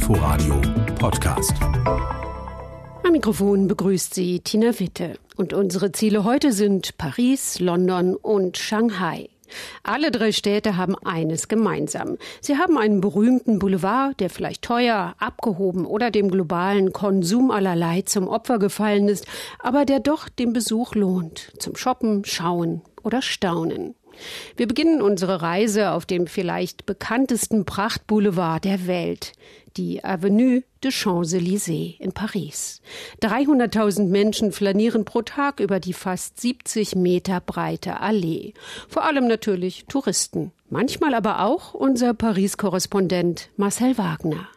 Inforadio Podcast. Am Mikrofon begrüßt Sie Tina Witte. Und unsere Ziele heute sind Paris, London und Shanghai. Alle drei Städte haben eines gemeinsam. Sie haben einen berühmten Boulevard, der vielleicht teuer, abgehoben oder dem globalen Konsum allerlei zum Opfer gefallen ist, aber der doch den Besuch lohnt. Zum Shoppen, Schauen oder Staunen. Wir beginnen unsere Reise auf dem vielleicht bekanntesten Prachtboulevard der Welt, die Avenue des Champs-Élysées in Paris. 300.000 Menschen flanieren pro Tag über die fast 70 Meter breite Allee. Vor allem natürlich Touristen, manchmal aber auch unser Paris-Korrespondent Marcel Wagner.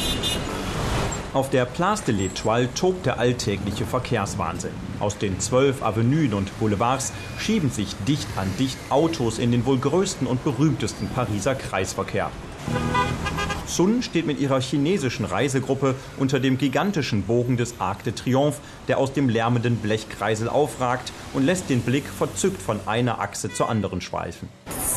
Auf der Place de l'Étoile tobt der alltägliche Verkehrswahnsinn. Aus den 12 Avenuen und Boulevards schieben sich dicht an dicht Autos in den wohl größten und berühmtesten Pariser Kreisverkehr. Sun steht mit ihrer chinesischen Reisegruppe unter dem gigantischen Bogen des Arc de Triomphe, der aus dem lärmenden Blechkreisel aufragt und lässt den Blick verzückt von einer Achse zur anderen schweifen.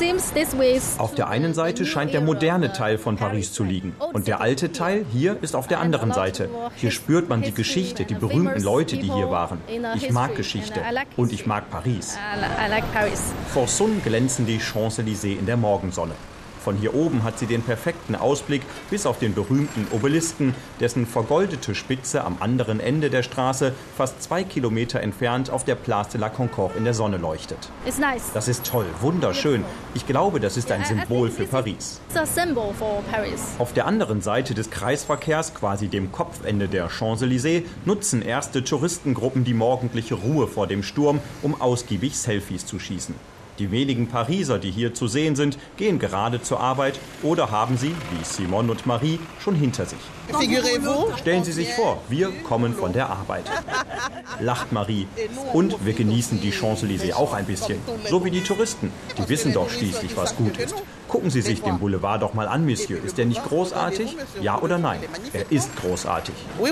Auf der einen Seite scheint der moderne Teil von Paris zu liegen und der alte Teil hier ist auf der anderen Seite. Hier spürt man die Geschichte, die berühmten Leute, die hier waren. Ich mag Geschichte und ich mag Paris. Vor Sun glänzen die Champs-Élysées in der Morgensonne. Von hier oben hat sie den perfekten Ausblick bis auf den berühmten Obelisken, dessen vergoldete Spitze am anderen Ende der Straße fast 2 Kilometer entfernt auf der Place de la Concorde in der Sonne leuchtet. Das ist toll, wunderschön. Ich glaube, das ist ein Symbol für Paris. Auf der anderen Seite des Kreisverkehrs, quasi dem Kopfende der Champs-Élysées, nutzen erste Touristengruppen die morgendliche Ruhe vor dem Sturm, um ausgiebig Selfies zu schießen. Die wenigen Pariser, die hier zu sehen sind, gehen gerade zur Arbeit oder haben sie, wie Simone und Marie, schon hinter sich. Stellen Sie sich vor, wir kommen von der Arbeit. Lacht Marie. Und wir genießen die Champs-Élysées auch ein bisschen. So wie die Touristen. Die wissen doch schließlich, was gut ist. Gucken Sie sich den Boulevard doch mal an, Monsieur. Ist der nicht großartig? Ja oder nein? Er ist großartig.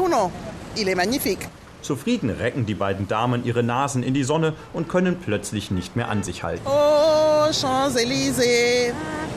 Zufrieden recken die beiden Damen ihre Nasen in die Sonne und können plötzlich nicht mehr an sich halten. Oh, Champs-Élysées!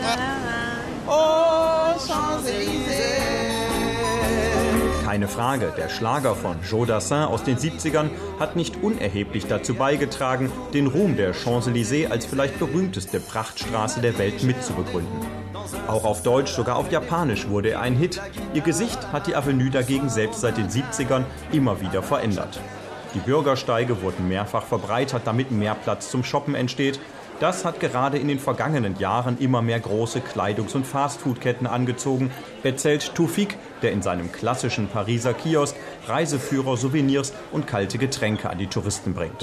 Oh, Champs-Élysées! Keine Frage, der Schlager von Joe Dassin aus den 70ern hat nicht unerheblich dazu beigetragen, den Ruhm der Champs-Élysées als vielleicht berühmteste Prachtstraße der Welt mitzubegründen. Auch auf Deutsch, sogar auf Japanisch wurde er ein Hit. Ihr Gesicht hat die Avenue dagegen selbst seit den 70ern immer wieder verändert. Die Bürgersteige wurden mehrfach verbreitert, damit mehr Platz zum Shoppen entsteht. Das hat gerade in den vergangenen Jahren immer mehr große Kleidungs- und Fastfood-Ketten angezogen, erzählt Toufik, der in seinem klassischen Pariser Kiosk Reiseführer, Souvenirs und kalte Getränke an die Touristen bringt.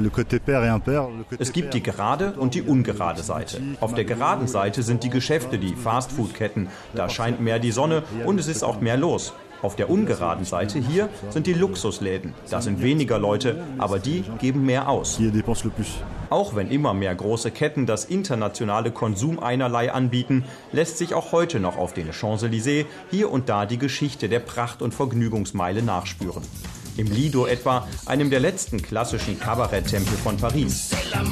Es gibt die gerade und die ungerade Seite. Auf der geraden Seite sind die Geschäfte, die Fastfood-Ketten. Da scheint mehr die Sonne und es ist auch mehr los. Auf der ungeraden Seite hier sind die Luxusläden. Da sind weniger Leute, aber die geben mehr aus. Auch wenn immer mehr große Ketten das internationale Konsumeinerlei anbieten, lässt sich auch heute noch auf den Champs-Élysées hier und da die Geschichte der Pracht- und Vergnügungsmeile nachspüren. Im Lido etwa, einem der letzten klassischen Kabaretttempel von Paris.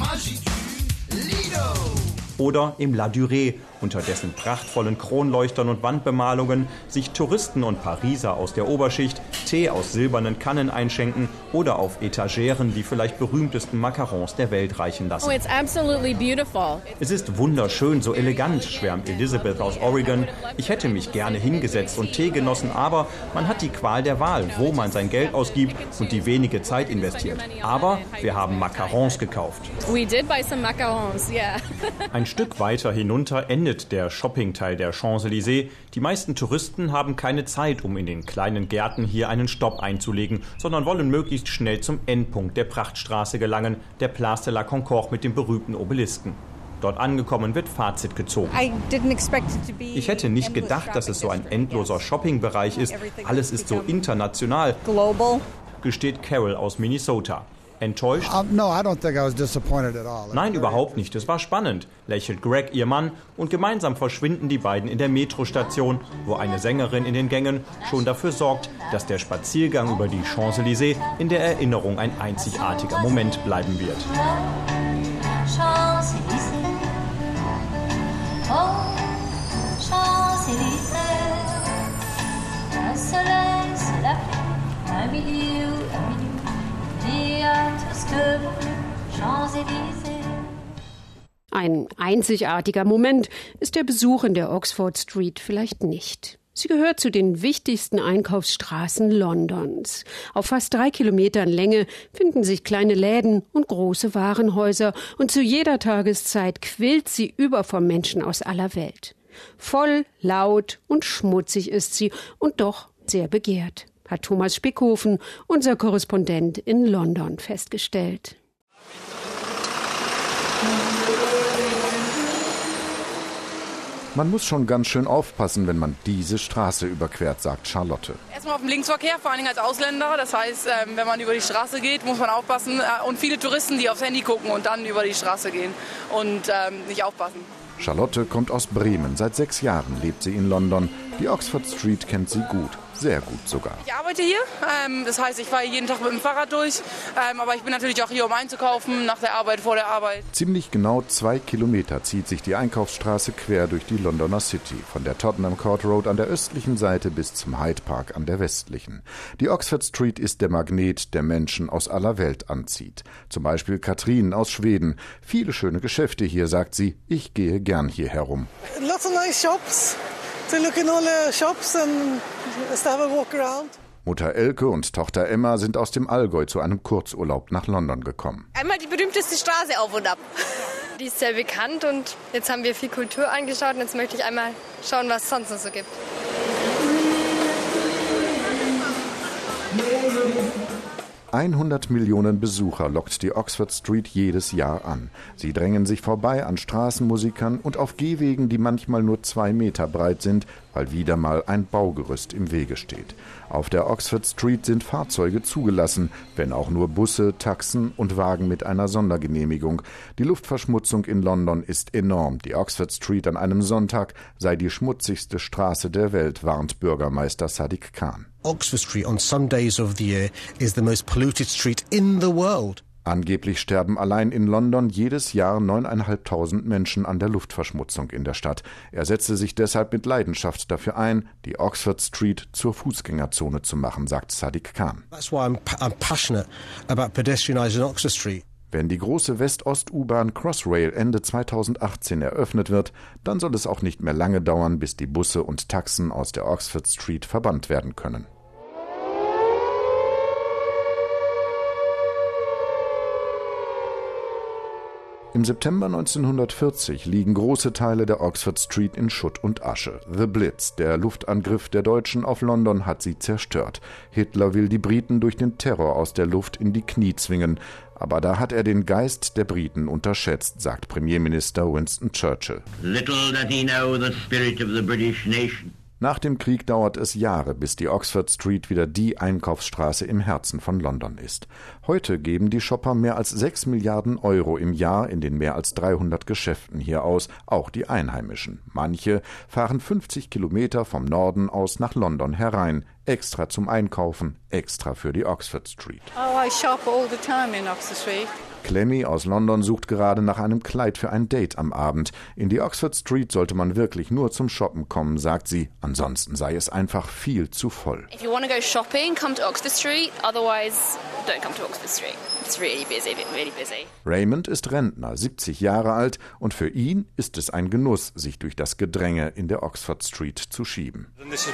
Oder im La Durée, unter dessen prachtvollen Kronleuchtern und Wandbemalungen sich Touristen und Pariser aus der Oberschicht Tee aus silbernen Kannen einschenken oder auf Etageren die vielleicht berühmtesten Macarons der Welt reichen lassen. Es ist wunderschön, so elegant, schwärmt Elizabeth aus Oregon. Ich hätte mich gerne hingesetzt und Tee genossen, aber man hat die Qual der Wahl, wo man sein Geld ausgibt und die wenige Zeit investiert. Aber wir haben Macarons gekauft. Ein Stück weiter hinunter endet der Shoppingteil der Champs-Élysées. Die meisten Touristen haben keine Zeit, um in den kleinen Gärten hier einen Stopp einzulegen, sondern wollen möglichst schnell zum Endpunkt der Prachtstraße gelangen, der Place de la Concorde mit dem berühmten Obelisken. Dort angekommen wird Fazit gezogen. Ich hätte nicht gedacht, dass es so ein endloser Shoppingbereich ist. Alles ist so international, gesteht Carol aus Minnesota. Enttäuscht? Nein, überhaupt nicht. Es war spannend, lächelt Greg, ihr Mann, und gemeinsam verschwinden die beiden in der Metrostation, wo eine Sängerin in den Gängen schon dafür sorgt, dass der Spaziergang über die Champs-Élysées in der Erinnerung ein einzigartiger Moment bleiben wird. Ein einzigartiger Moment ist der Besuch in der Oxford Street vielleicht nicht. Sie gehört zu den wichtigsten Einkaufsstraßen Londons. Auf fast 3 Kilometern Länge finden sich kleine Läden und große Warenhäuser und zu jeder Tageszeit quillt sie über von Menschen aus aller Welt. Voll, laut und schmutzig ist sie und doch sehr begehrt, hat Thomas Spickhofen, unser Korrespondent in London, festgestellt. Man muss schon ganz schön aufpassen, wenn man diese Straße überquert, sagt Charlotte. Erstmal auf dem Linksverkehr, vor allen Dingen als Ausländer. Das heißt, wenn man über die Straße geht, muss man aufpassen. Und viele Touristen, die aufs Handy gucken und dann über die Straße gehen und nicht aufpassen. Charlotte kommt aus Bremen. Seit 6 Jahren lebt sie in London. Die Oxford Street kennt sie gut. Sehr gut sogar. Ich arbeite hier, das heißt, ich fahre jeden Tag mit dem Fahrrad durch, aber ich bin natürlich auch hier, um einzukaufen, nach der Arbeit, vor der Arbeit. Ziemlich genau 2 Kilometer zieht sich die Einkaufsstraße quer durch die Londoner City, von der Tottenham Court Road an der östlichen Seite bis zum Hyde Park an der westlichen. Die Oxford Street ist der Magnet, der Menschen aus aller Welt anzieht. Zum Beispiel Katrin aus Schweden. Viele schöne Geschäfte hier, sagt sie. Ich gehe gern hier herum. Lots of nice shops. To look in all the shops and just have a walk around. Mutter Elke und Tochter Emma sind aus dem Allgäu zu einem Kurzurlaub nach London gekommen. Einmal die berühmteste Straße auf und ab. Die ist sehr bekannt und jetzt haben wir viel Kultur angeschaut und jetzt möchte ich einmal schauen, was es sonst noch so gibt. 100 Millionen Besucher lockt die Oxford Street jedes Jahr an. Sie drängen sich vorbei an Straßenmusikern und auf Gehwegen, die manchmal nur 2 Meter breit sind, weil wieder mal ein Baugerüst im Wege steht. Auf der Oxford Street sind Fahrzeuge zugelassen, wenn auch nur Busse, Taxen und Wagen mit einer Sondergenehmigung. Die Luftverschmutzung in London ist enorm. Die Oxford Street an einem Sonntag sei die schmutzigste Straße der Welt, warnt Bürgermeister Sadiq Khan. Oxford Street on some days of the year is the most polluted street in the world. Angeblich sterben allein in London jedes Jahr 9.500 Menschen an der Luftverschmutzung in der Stadt. Er setzte sich deshalb mit Leidenschaft dafür ein, die Oxford Street zur Fußgängerzone zu machen, sagt Sadiq Khan. That's why I'm passionate about pedestrianising Oxford Street. Wenn die große West-Ost-U-Bahn Crossrail Ende 2018 eröffnet wird, dann soll es auch nicht mehr lange dauern, bis die Busse und Taxen aus der Oxford Street verbannt werden können. Im September 1940 liegen große Teile der Oxford Street in Schutt und Asche. The Blitz, der Luftangriff der Deutschen auf London, hat sie zerstört. Hitler will die Briten durch den Terror aus der Luft in die Knie zwingen. Aber da hat er den Geist der Briten unterschätzt, sagt Premierminister Winston Churchill. Little does he know the spirit of the British nation. Nach dem Krieg dauert es Jahre, bis die Oxford Street wieder die Einkaufsstraße im Herzen von London ist. Heute geben die Shopper mehr als 6 Milliarden Euro im Jahr in den mehr als 300 Geschäften hier aus, auch die Einheimischen. Manche fahren 50 Kilometer vom Norden aus nach London herein, extra zum Einkaufen, extra für die Oxford Street. Oh, I shop all the time in Oxford Street. Clemmy aus London sucht gerade nach einem Kleid für ein Date am Abend. In die Oxford Street sollte man wirklich nur zum Shoppen kommen, sagt sie. Ansonsten sei es einfach viel zu voll. If you want to go shopping, come to Oxford Street. Otherwise, don't come to Oxford Street. It's really busy, really busy. Raymond ist Rentner, 70 Jahre alt, und für ihn ist es ein Genuss, sich durch das Gedränge in der Oxford Street zu schieben.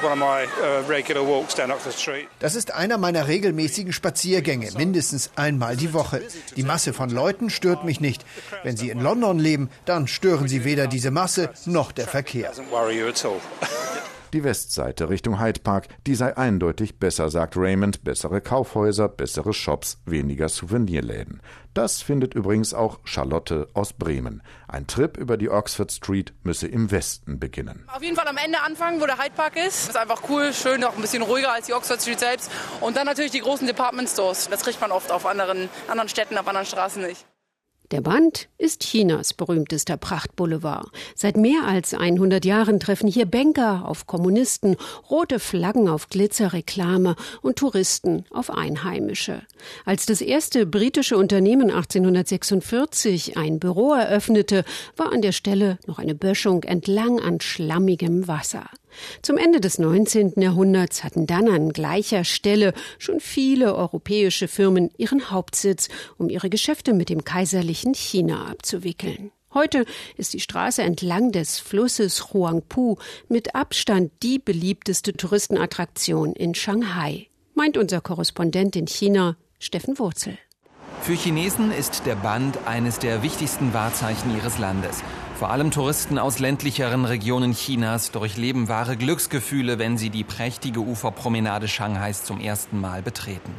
Das ist einer meiner regelmäßigen Spaziergänge, mindestens einmal die Woche. Die Masse von Leuten stört mich nicht. Wenn Sie in London leben, dann stören Sie weder diese Masse noch der Verkehr. Die Westseite Richtung Hyde Park, die sei eindeutig besser, sagt Raymond. Bessere Kaufhäuser, bessere Shops, weniger Souvenirläden. Das findet übrigens auch Charlotte aus Bremen. Ein Trip über die Oxford Street müsse im Westen beginnen. Auf jeden Fall am Ende anfangen, wo der Hyde Park ist. Das ist einfach cool, schön, auch ein bisschen ruhiger als die Oxford Street selbst. Und dann natürlich die großen Department Stores. Das kriegt man oft auf anderen Städten, auf anderen Straßen nicht. Der Bund ist Chinas berühmtester Prachtboulevard. Seit mehr als 100 Jahren treffen hier Banker auf Kommunisten, rote Flaggen auf Glitzerreklame und Touristen auf Einheimische. Als das erste britische Unternehmen 1846 ein Büro eröffnete, war an der Stelle noch eine Böschung entlang an schlammigem Wasser. Zum Ende des 19. Jahrhunderts hatten dann an gleicher Stelle schon viele europäische Firmen ihren Hauptsitz, um ihre Geschäfte mit dem kaiserlichen China abzuwickeln. Heute ist die Straße entlang des Flusses Huangpu mit Abstand die beliebteste Touristenattraktion in Shanghai, meint unser Korrespondent in China, Steffen Wurzel. Für Chinesen ist der Bund eines der wichtigsten Wahrzeichen ihres Landes. Vor allem Touristen aus ländlicheren Regionen Chinas durchleben wahre Glücksgefühle, wenn sie die prächtige Uferpromenade Shanghais zum ersten Mal betreten.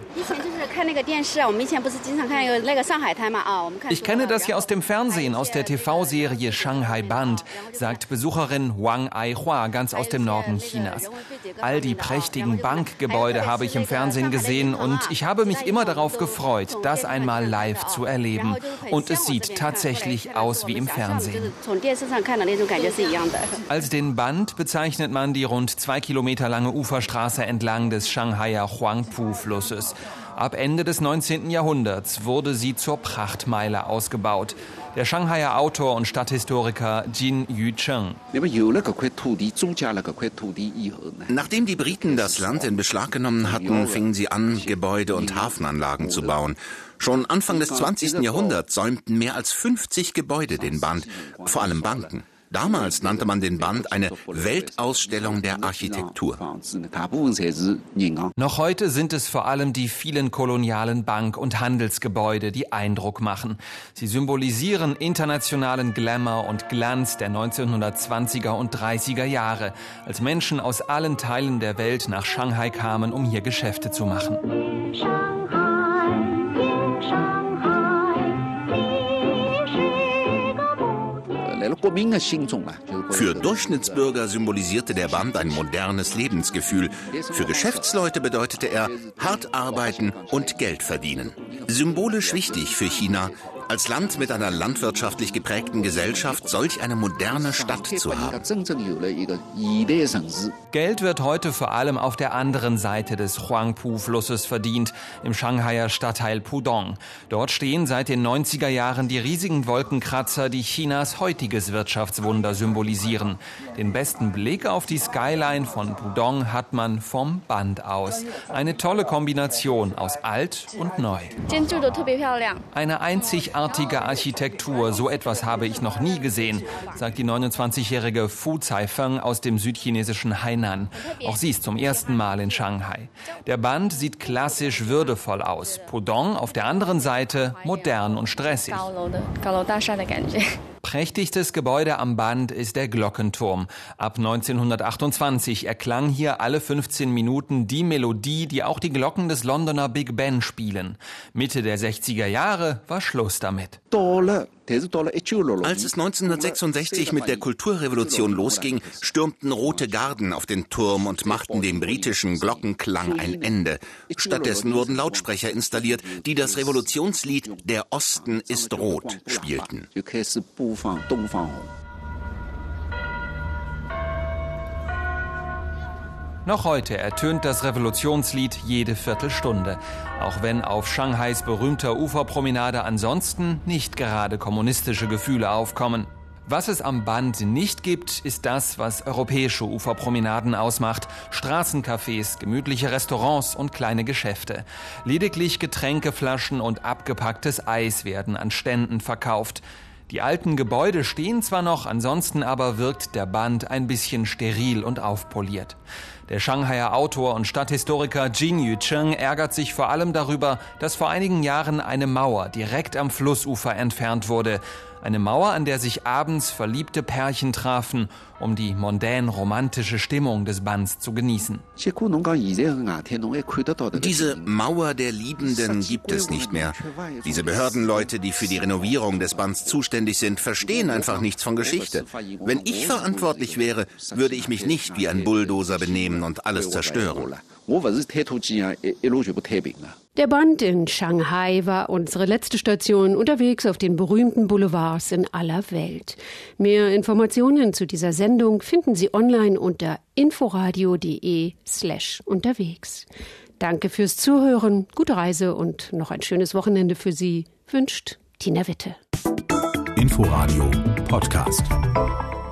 Ich kenne das ja aus dem Fernsehen, aus der TV-Serie Shanghai Bund, sagt Besucherin Wang Aihua ganz aus dem Norden Chinas. All die prächtigen Bankgebäude habe ich im Fernsehen gesehen und ich habe mich immer darauf gefreut, das einmal live zu erleben. Und es sieht tatsächlich aus wie im Fernsehen. Als den Bund bezeichnet man die rund 2 Kilometer lange Uferstraße entlang des Shanghaier Huangpu-Flusses. Ab Ende des 19. Jahrhunderts wurde sie zur Prachtmeile ausgebaut. Der Shanghaier Autor und Stadthistoriker Jin Yucheng. Nachdem die Briten das Land in Beschlag genommen hatten, fingen sie an, Gebäude und Hafenanlagen zu bauen. Schon Anfang des 20. Jahrhunderts säumten mehr als 50 Gebäude den Bund, vor allem Banken. Damals nannte man den Bund eine Weltausstellung der Architektur. Noch heute sind es vor allem die vielen kolonialen Bank- und Handelsgebäude, die Eindruck machen. Sie symbolisieren internationalen Glamour und Glanz der 1920er und 30er Jahre, als Menschen aus allen Teilen der Welt nach Shanghai kamen, um hier Geschäfte zu machen. Für Durchschnittsbürger symbolisierte der Bund ein modernes Lebensgefühl. Für Geschäftsleute bedeutete er hart arbeiten und Geld verdienen. Symbolisch wichtig für China, als Land mit einer landwirtschaftlich geprägten Gesellschaft solch eine moderne Stadt zu haben. Geld wird heute vor allem auf der anderen Seite des Huangpu-Flusses verdient, im Shanghaier Stadtteil Pudong. Dort stehen seit den 90er Jahren die riesigen Wolkenkratzer, die Chinas heutiges Wirtschaftswunder symbolisieren. Den besten Blick auf die Skyline von Pudong hat man vom Bund aus. Eine tolle Kombination aus alt und neu. Eine einzigartige Architektur, so etwas habe ich noch nie gesehen, sagt die 29-jährige Fu Caifeng aus dem südchinesischen Hainan. Auch sie ist zum ersten Mal in Shanghai. Der Bund sieht klassisch würdevoll aus. Pudong auf der anderen Seite modern und stressig. Prächtigstes Gebäude am Bund ist der Glockenturm. Ab 1928 erklang hier alle 15 Minuten die Melodie, die auch die Glocken des Londoner Big Ben spielen. Mitte der 60er Jahre war Schluss damit. Als es 1966 mit der Kulturrevolution losging, stürmten Rote Garden auf den Turm und machten dem britischen Glockenklang ein Ende. Stattdessen wurden Lautsprecher installiert, die das Revolutionslied »Der Osten ist rot« spielten. Noch heute ertönt das Revolutionslied jede Viertelstunde, auch wenn auf Shanghais berühmter Uferpromenade ansonsten nicht gerade kommunistische Gefühle aufkommen. Was es am Bund nicht gibt, ist das, was europäische Uferpromenaden ausmacht: Straßencafés, gemütliche Restaurants und kleine Geschäfte. Lediglich Getränkeflaschen und abgepacktes Eis werden an Ständen verkauft. Die alten Gebäude stehen zwar noch, ansonsten aber wirkt der Bund ein bisschen steril und aufpoliert. Der Shanghaier Autor und Stadthistoriker Jin Yucheng ärgert sich vor allem darüber, dass vor einigen Jahren eine Mauer direkt am Flussufer entfernt wurde. Eine Mauer, an der sich abends verliebte Pärchen trafen, um die mondän-romantische Stimmung des Bunds zu genießen. Diese Mauer der Liebenden gibt es nicht mehr. Diese Behördenleute, die für die Renovierung des Bunds zuständig sind, verstehen einfach nichts von Geschichte. Wenn ich verantwortlich wäre, würde ich mich nicht wie ein Bulldozer benehmen und alles zerstören. Der Bund in Shanghai war unsere letzte Station unterwegs auf den berühmten Boulevards in aller Welt. Mehr Informationen zu dieser Sendung finden Sie online unter inforadio.de/unterwegs. Danke fürs Zuhören, gute Reise und noch ein schönes Wochenende für Sie, wünscht Tina Witte. Inforadio Podcast.